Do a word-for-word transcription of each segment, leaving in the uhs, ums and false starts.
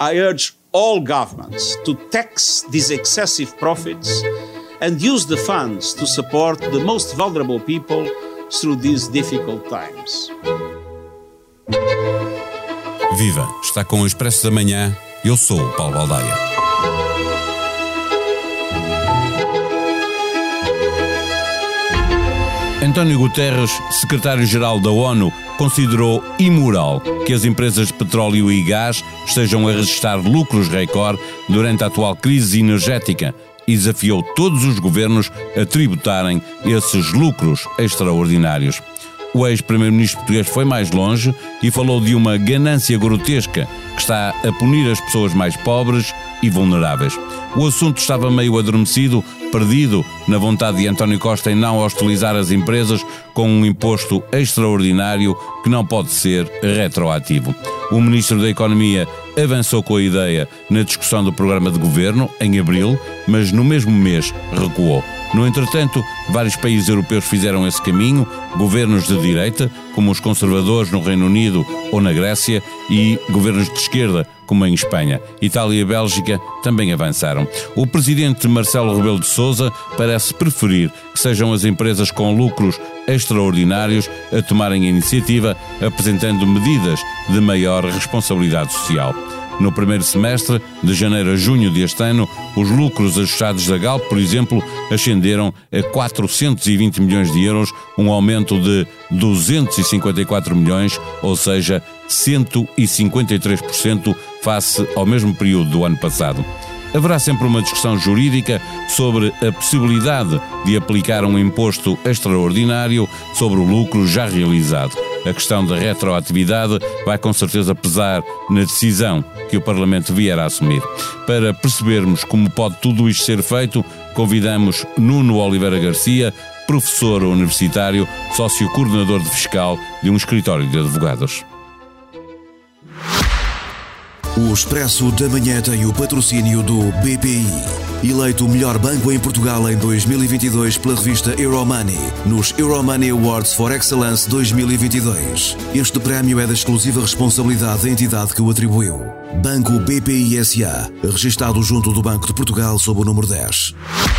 I urge all governments to tax these excessive profits and use the funds to support the most vulnerable people through these difficult times. Viva! Está com o Expresso da Manhã. Eu sou o Paulo Baldaia. António Guterres, secretário-geral da ONU, considerou imoral que as empresas de petróleo e gás estejam a registrar lucros recorde durante a atual crise energética e desafiou todos os governos a tributarem esses lucros extraordinários. O ex-primeiro-ministro português foi mais longe e falou de uma ganância grotesca que está a punir as pessoas mais pobres e vulneráveis. O assunto estava meio adormecido, perdido na vontade de António Costa em não hostilizar as empresas com um imposto extraordinário que não pode ser retroativo. O Ministro da Economia avançou com a ideia na discussão do programa de governo, em abril, mas no mesmo mês recuou. No entretanto, vários países europeus fizeram esse caminho, governos de direita, como os conservadores no Reino Unido ou na Grécia, e governos de esquerda, como em Espanha. Itália e Bélgica também avançaram. O presidente Marcelo Rebelo de Sousa parece preferir que sejam as empresas com lucros extraordinários a tomarem a iniciativa, apresentando medidas de maior responsabilidade social. No primeiro semestre, de janeiro a junho deste ano, os lucros ajustados da Galp, por exemplo, ascenderam a quatrocentos e vinte milhões de euros, um aumento de duzentos e cinquenta e quatro milhões, ou seja, cento e cinquenta e três por cento face ao mesmo período do ano passado. Haverá sempre uma discussão jurídica sobre a possibilidade de aplicar um imposto extraordinário sobre o lucro já realizado. A questão da retroatividade vai com certeza pesar na decisão que o Parlamento vier a assumir. Para percebermos como pode tudo isto ser feito, convidamos Nuno Oliveira Garcia, professor universitário, sócio coordenador de fiscal de um escritório de advogados. O Expresso da Manhã tem o patrocínio do B P I. Eleito o melhor banco em Portugal em dois mil e vinte e dois pela revista Euromoney, nos Euromoney Awards for Excellence dois mil e vinte e dois. Este prémio é da exclusiva responsabilidade da entidade que o atribuiu. Banco B P I S A, registado junto do Banco de Portugal sob o número dez.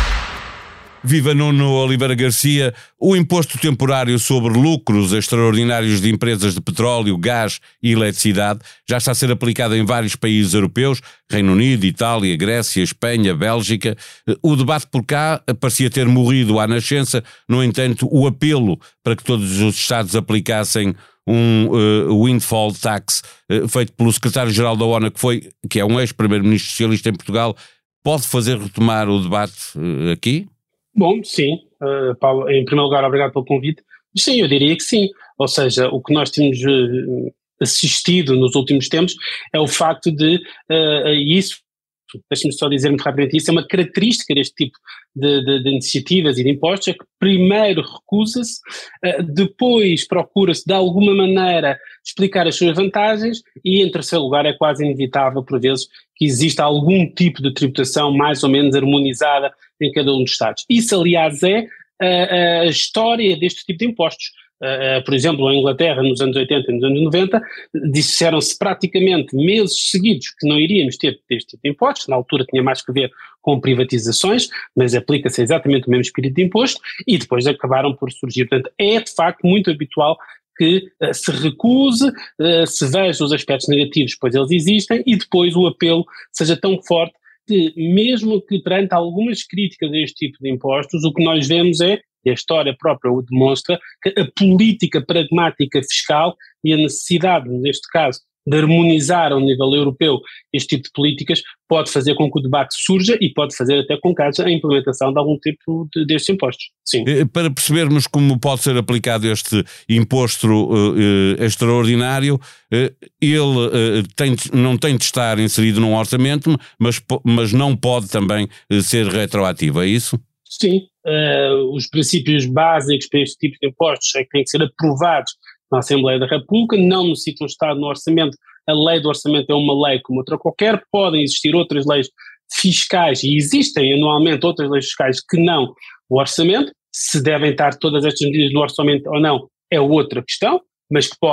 Viva Nuno Oliveira Garcia. O imposto temporário sobre lucros extraordinários de empresas de petróleo, gás e eletricidade já está a ser aplicado em vários países europeus, Reino Unido, Itália, Grécia, Espanha, Bélgica. O debate por cá parecia ter morrido à nascença. No entanto, o apelo para que todos os Estados aplicassem um uh, windfall tax uh, feito pelo secretário-geral da ONU, que, foi, que é um ex-primeiro-ministro socialista em Portugal, pode fazer retomar o debate uh, aqui? Bom, sim, uh, Paulo, em primeiro lugar, obrigado pelo convite. Sim, eu diria que sim. Ou seja, o que nós temos uh, assistido nos últimos tempos é o facto de, uh, isso, deixe-me só dizer muito rapidamente, isso é uma característica deste tipo de, de, de iniciativas e de impostos, é que primeiro recusa-se, uh, depois procura-se de alguma maneira explicar as suas vantagens e, em terceiro lugar, é quase inevitável, por vezes, que exista algum tipo de tributação mais ou menos harmonizada em cada um dos Estados. Isso, aliás, é a, a história deste tipo de impostos. Uh, uh, por exemplo, em Inglaterra, nos anos oitenta e nos anos noventa, disseram-se praticamente meses seguidos que não iríamos ter este tipo de impostos. Na altura tinha mais que ver com privatizações, mas aplica-se exatamente o mesmo espírito de imposto e depois acabaram por surgir. Portanto, é de facto muito habitual que uh, se recuse, uh, se veja os aspectos negativos, pois eles existem, e depois o apelo seja tão forte que, mesmo que perante algumas críticas a este tipo de impostos, o que nós vemos é, e a história própria o demonstra, que a política pragmática fiscal e a necessidade, neste caso, de harmonizar ao nível europeu este tipo de políticas pode fazer com que o debate surja e pode fazer até com que haja a implementação de algum tipo de, destes impostos. Sim. Para percebermos como pode ser aplicado este imposto uh, extraordinário, uh, ele uh, tem, não tem de estar inserido num orçamento, mas, mas não pode também uh, ser retroativo, é isso? Sim. Uh, os princípios básicos para este tipo de impostos é que têm que ser aprovados na Assembleia da República, não necessitam estar no orçamento. A lei do orçamento é uma lei como outra qualquer, podem existir outras leis fiscais e existem anualmente outras leis fiscais que não o orçamento, se devem estar todas estas medidas no orçamento ou não é outra questão, mas que podem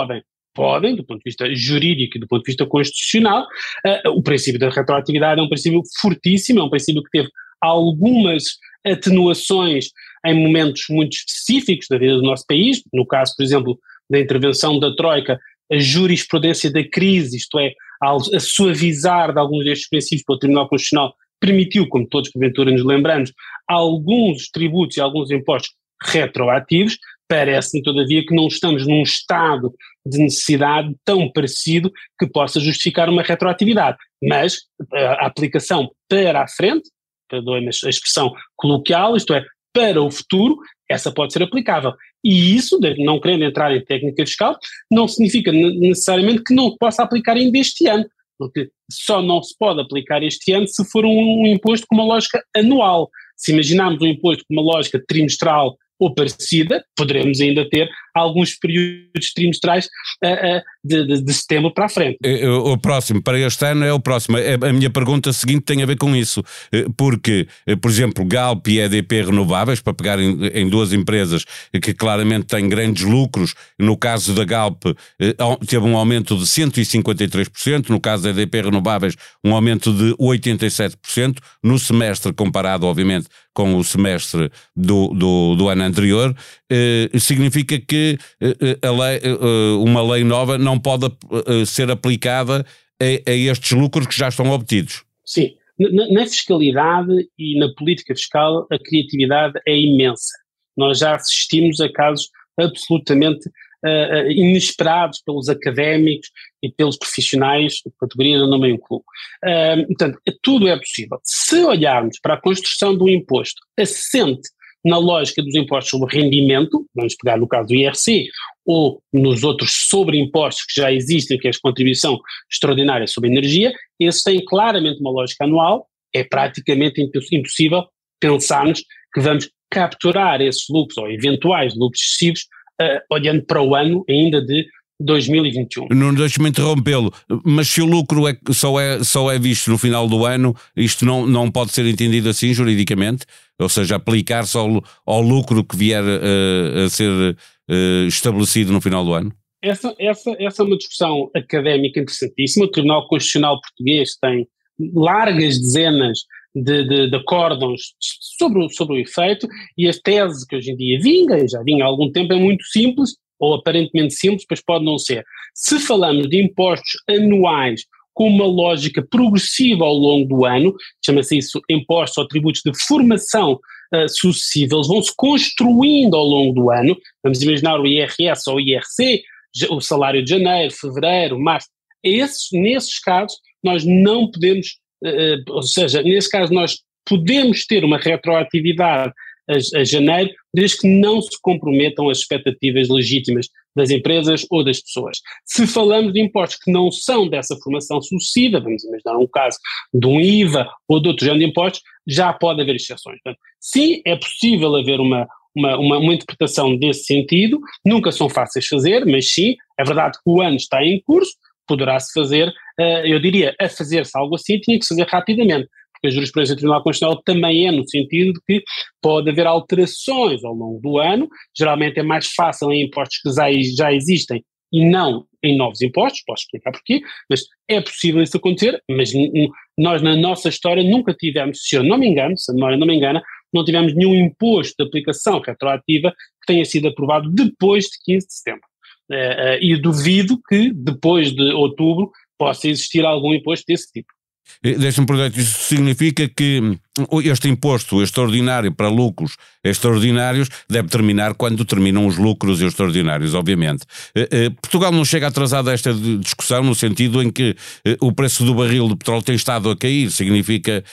podem, do ponto de vista jurídico e do ponto de vista constitucional. Uh, o princípio da retroatividade é um princípio fortíssimo, é um princípio que teve algumas atenuações em momentos muito específicos da vida do nosso país, no caso, por exemplo, da intervenção da Troika, a jurisprudência da crise, isto é, a suavizar de alguns destes princípios pelo Tribunal Constitucional, permitiu, como todos porventura nos lembramos, alguns tributos e alguns impostos retroativos. Parece-me, todavia, que não estamos num estado de necessidade tão parecido que possa justificar uma retroatividade. Mas a aplicação para a frente, perdoem-me a expressão coloquial, isto é, para o futuro, essa pode ser aplicável. E isso, não querendo entrar em técnica fiscal, não significa necessariamente que não possa aplicar ainda este ano, porque só não se pode aplicar este ano se for um, um imposto com uma lógica anual. Se imaginarmos um imposto com uma lógica trimestral ou parecida, poderemos ainda ter alguns períodos trimestrais uh, uh, de, de, de setembro para a frente. O próximo, para este ano, é o próximo. A minha pergunta seguinte tem a ver com isso, porque, por exemplo, Galp e E D P Renováveis, para pegar em, em duas empresas que claramente têm grandes lucros, no caso da Galp teve um aumento de cento e cinquenta e três por cento, no caso da E D P Renováveis um aumento de oitenta e sete por cento, no semestre comparado, obviamente, com o semestre do, do, do ano anterior, eh, significa que eh, a lei, eh, uma lei nova não pode eh, ser aplicada a, a estes lucros que já estão obtidos. Sim, na, na fiscalidade e na política fiscal a criatividade é imensa. Nós já assistimos a casos absolutamente uh, inesperados pelos académicos e pelos profissionais de categorias onde não me incluo. Uh, portanto, tudo é possível. Se olharmos para a construção do imposto assente na lógica dos impostos sobre rendimento, vamos pegar no caso do I R C, ou nos outros sobreimpostos que já existem, que é a contribuição extraordinária sobre energia, esses têm claramente uma lógica anual, é praticamente impossível pensarmos que vamos capturar esses lucros ou eventuais lucros excessivos uh, olhando para o ano ainda de dois mil e vinte e um. Não deixe-me interrompê-lo, mas se o lucro é, só, é, só é visto no final do ano, isto não, não pode ser entendido assim juridicamente? Ou seja, aplicar-se ao, ao lucro que vier uh, a ser uh, estabelecido no final do ano? Essa, essa, essa é uma discussão académica interessantíssima. O Tribunal Constitucional Português tem largas dezenas de, de, de acórdãos sobre, sobre o efeito, e a tese que hoje em dia vinga, e já vinha há algum tempo, é muito simples, ou aparentemente simples, mas pode não ser. Se falamos de impostos anuais com uma lógica progressiva ao longo do ano, chama-se isso impostos ou tributos de formação uh, sucessiva, eles vão-se construindo ao longo do ano. Vamos imaginar o I R S ou o I R C, o salário de janeiro, fevereiro, março. Esses, nesses casos, nós não podemos, uh, ou seja, nesse caso nós podemos ter uma retroatividade a, a janeiro, desde que não se comprometam as expectativas legítimas das empresas ou das pessoas. Se falamos de impostos que não são dessa formação sucessiva, vamos imaginar um caso de um I V A ou de outro género de impostos, já pode haver exceções. Portanto, sim, é possível haver uma, uma, uma, uma interpretação desse sentido, nunca são fáceis de fazer, mas sim, é verdade que o ano está em curso, poderá-se fazer, uh, eu diria, a fazer-se algo assim, tinha que se fazer rapidamente. A jurisprudência do Tribunal Constitucional também é no sentido de que pode haver alterações ao longo do ano, geralmente é mais fácil em impostos que já, já existem e não em novos impostos, posso explicar porquê, mas é possível isso acontecer, mas nós na nossa história nunca tivemos, se eu não me engano, se a memória não me engana, não tivemos nenhum imposto de aplicação retroativa que tenha sido aprovado depois de quinze de setembro. Uh, uh, e duvido que depois de outubro possa existir algum imposto desse tipo. Deixa-me perguntar, isso significa que este imposto extraordinário para lucros extraordinários deve terminar quando terminam os lucros extraordinários, obviamente. Portugal não chega atrasado a esta discussão no sentido em que o preço do barril de petróleo tem estado a cair, significa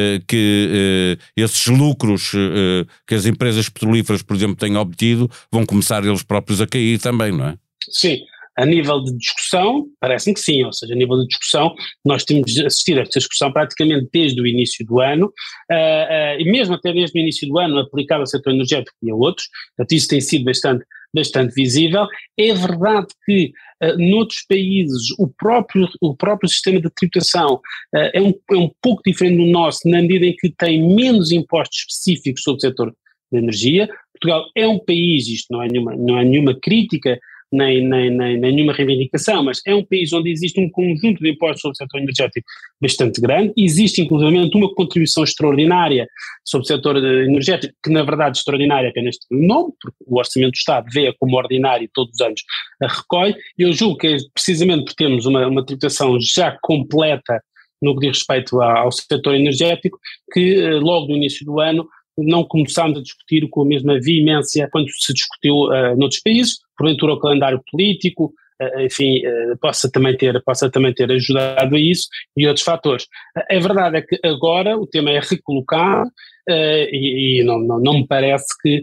que esses lucros que as empresas petrolíferas, por exemplo, têm obtido, vão começar eles próprios a cair também, não é? Sim. A nível de discussão, parece-me que sim, ou seja, a nível de discussão, nós temos assistido a esta discussão praticamente desde o início do ano, uh, uh, e mesmo até desde o início do ano aplicado ao setor energético e a outros, portanto isso tem sido bastante, bastante visível. É verdade que uh, noutros países o próprio, o próprio sistema de tributação uh, é, um, é um pouco diferente do nosso, na medida em que tem menos impostos específicos sobre o setor da energia. Portugal é um país, isto não é nenhuma, não é nenhuma crítica, nem, nem, nem, nem nenhuma reivindicação, mas é um país onde existe um conjunto de impostos sobre o setor energético bastante grande, existe inclusivamente uma contribuição extraordinária sobre o setor energético, que na verdade extraordinária apenas tem um nome, porque o Orçamento do Estado vê como ordinário e todos os anos a recolhe, e eu julgo que é precisamente por termos uma, uma tributação já completa no que diz respeito ao setor energético, que logo no início do ano não começámos a discutir com a mesma veemência quando se discutiu uh, noutros países, porventura o calendário político, uh, enfim, uh, possa, também ter, possa também ter ajudado a isso e outros fatores. A verdade é que agora o tema é recolocado uh, e, e não, não, não me parece que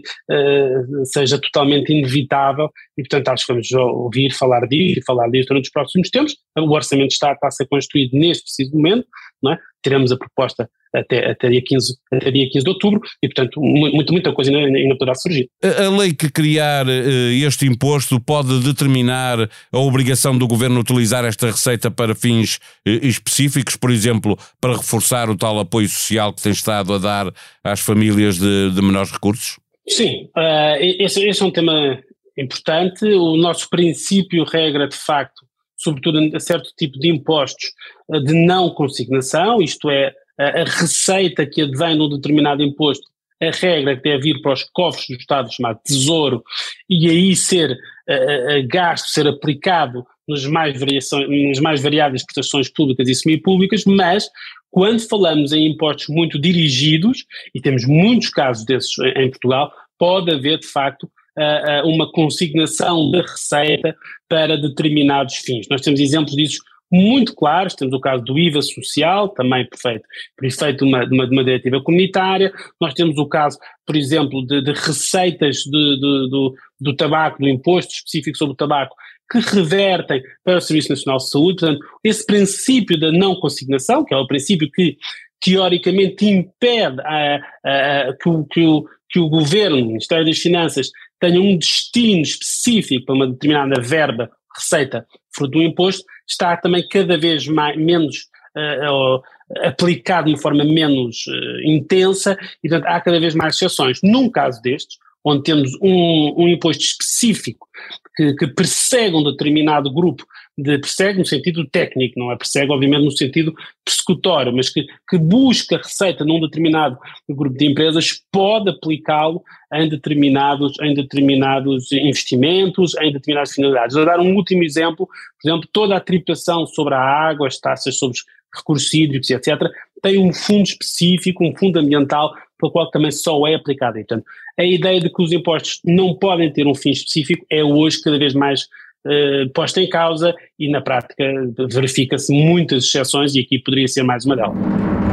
uh, seja totalmente inevitável e, portanto, acho que vamos ouvir falar disso e falar disso durante os próximos tempos. O Orçamento de Estado está a ser construído neste preciso momento, não é? Teremos a proposta até, até, dia quinze, até dia quinze de outubro e, portanto, muita, muita coisa ainda, ainda poderá surgir. A lei que criar este imposto pode determinar a obrigação do Governo utilizar esta receita para fins específicos, por exemplo, para reforçar o tal apoio social que tem estado a dar às famílias de, de menores recursos? Sim, uh, esse, esse é um tema importante. O nosso princípio regra, de facto, sobretudo a certo tipo de impostos de não consignação, isto é, a receita que advém num determinado imposto, a regra que deve vir para os cofres do Estado chamado Tesouro e aí ser uh, gasto, ser aplicado nas mais, variações, nas mais variadas prestações públicas e semipúblicas, mas quando falamos em impostos muito dirigidos, e temos muitos casos desses em Portugal, pode haver de facto uh, uma consignação da receita para determinados fins. Nós temos exemplos disso muito claros, temos o caso do I V A social, também por, feito, por efeito de uma, de, uma, de uma diretiva comunitária, nós temos o caso, por exemplo, de, de receitas de, de, do, do tabaco, do imposto específico sobre o tabaco, que revertem para o Serviço Nacional de Saúde. Portanto, esse princípio da não consignação, que é o princípio que teoricamente impede a, a, a, que, o, que, o, que o Governo, o Ministério das Finanças, tenha um destino específico para uma determinada verba, receita, fruto do imposto, está também cada vez mais, menos uh, uh, aplicado de uma forma menos uh, intensa e, portanto, há cada vez mais exceções. Num caso destes, onde temos um, um imposto específico que, que persegue um determinado grupo, de persegue no sentido técnico, não é persegue obviamente no sentido persecutório, mas que, que busca receita num determinado grupo de empresas, pode aplicá-lo em determinados, em determinados investimentos, em determinadas finalidades. Vou dar um último exemplo, por exemplo, toda a tributação sobre a água, as taxas sobre recursos hídricos, etcétera, tem um fundo específico, um fundo ambiental, pelo qual também só é aplicado. E, portanto, a ideia de que os impostos não podem ter um fim específico é hoje cada vez mais uh, posta em causa e na prática verifica-se muitas exceções e aqui poderia ser mais uma delas.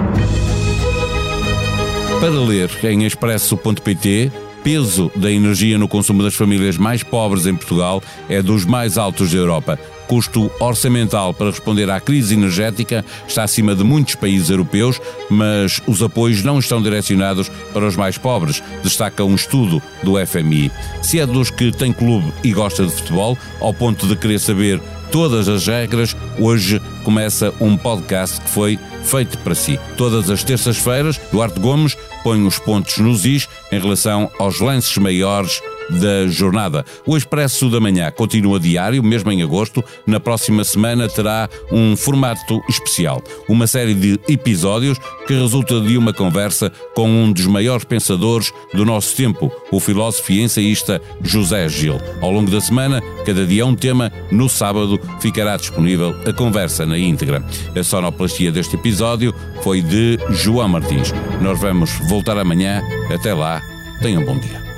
Para ler em expresso ponto pt, peso da energia no consumo das famílias mais pobres em Portugal é dos mais altos da Europa. Custo orçamental para responder à crise energética está acima de muitos países europeus, mas os apoios não estão direcionados para os mais pobres, destaca um estudo do F M I. Se é dos que tem clube e gosta de futebol, ao ponto de querer saber todas as regras, hoje começa um podcast que foi feito para si. Todas as terças-feiras, Duarte Gomes põe os pontos nos is em relação aos lances maiores da jornada. O Expresso da Manhã continua diário, mesmo em agosto. Na próxima semana terá um formato especial, uma série de episódios que resulta de uma conversa com um dos maiores pensadores do nosso tempo, o filósofo e ensaísta José Gil. Ao longo da semana, cada dia um tema. No sábado ficará disponível a conversa na íntegra. A sonoplastia deste episódio foi de João Martins. Nós vamos voltar amanhã. Até lá, tenham um bom dia.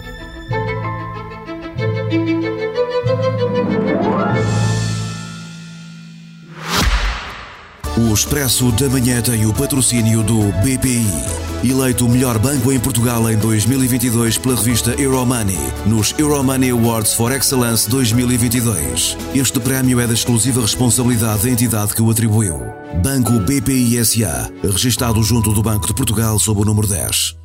O Expresso da Manhã tem o patrocínio do B P I. Eleito o melhor banco em Portugal em dois mil e vinte e dois pela revista Euromoney, nos Euromoney Awards for Excellence dois mil e vinte e dois. Este prémio é da exclusiva responsabilidade da entidade que o atribuiu. Banco B P I S A, registado junto do Banco de Portugal sob o número dez.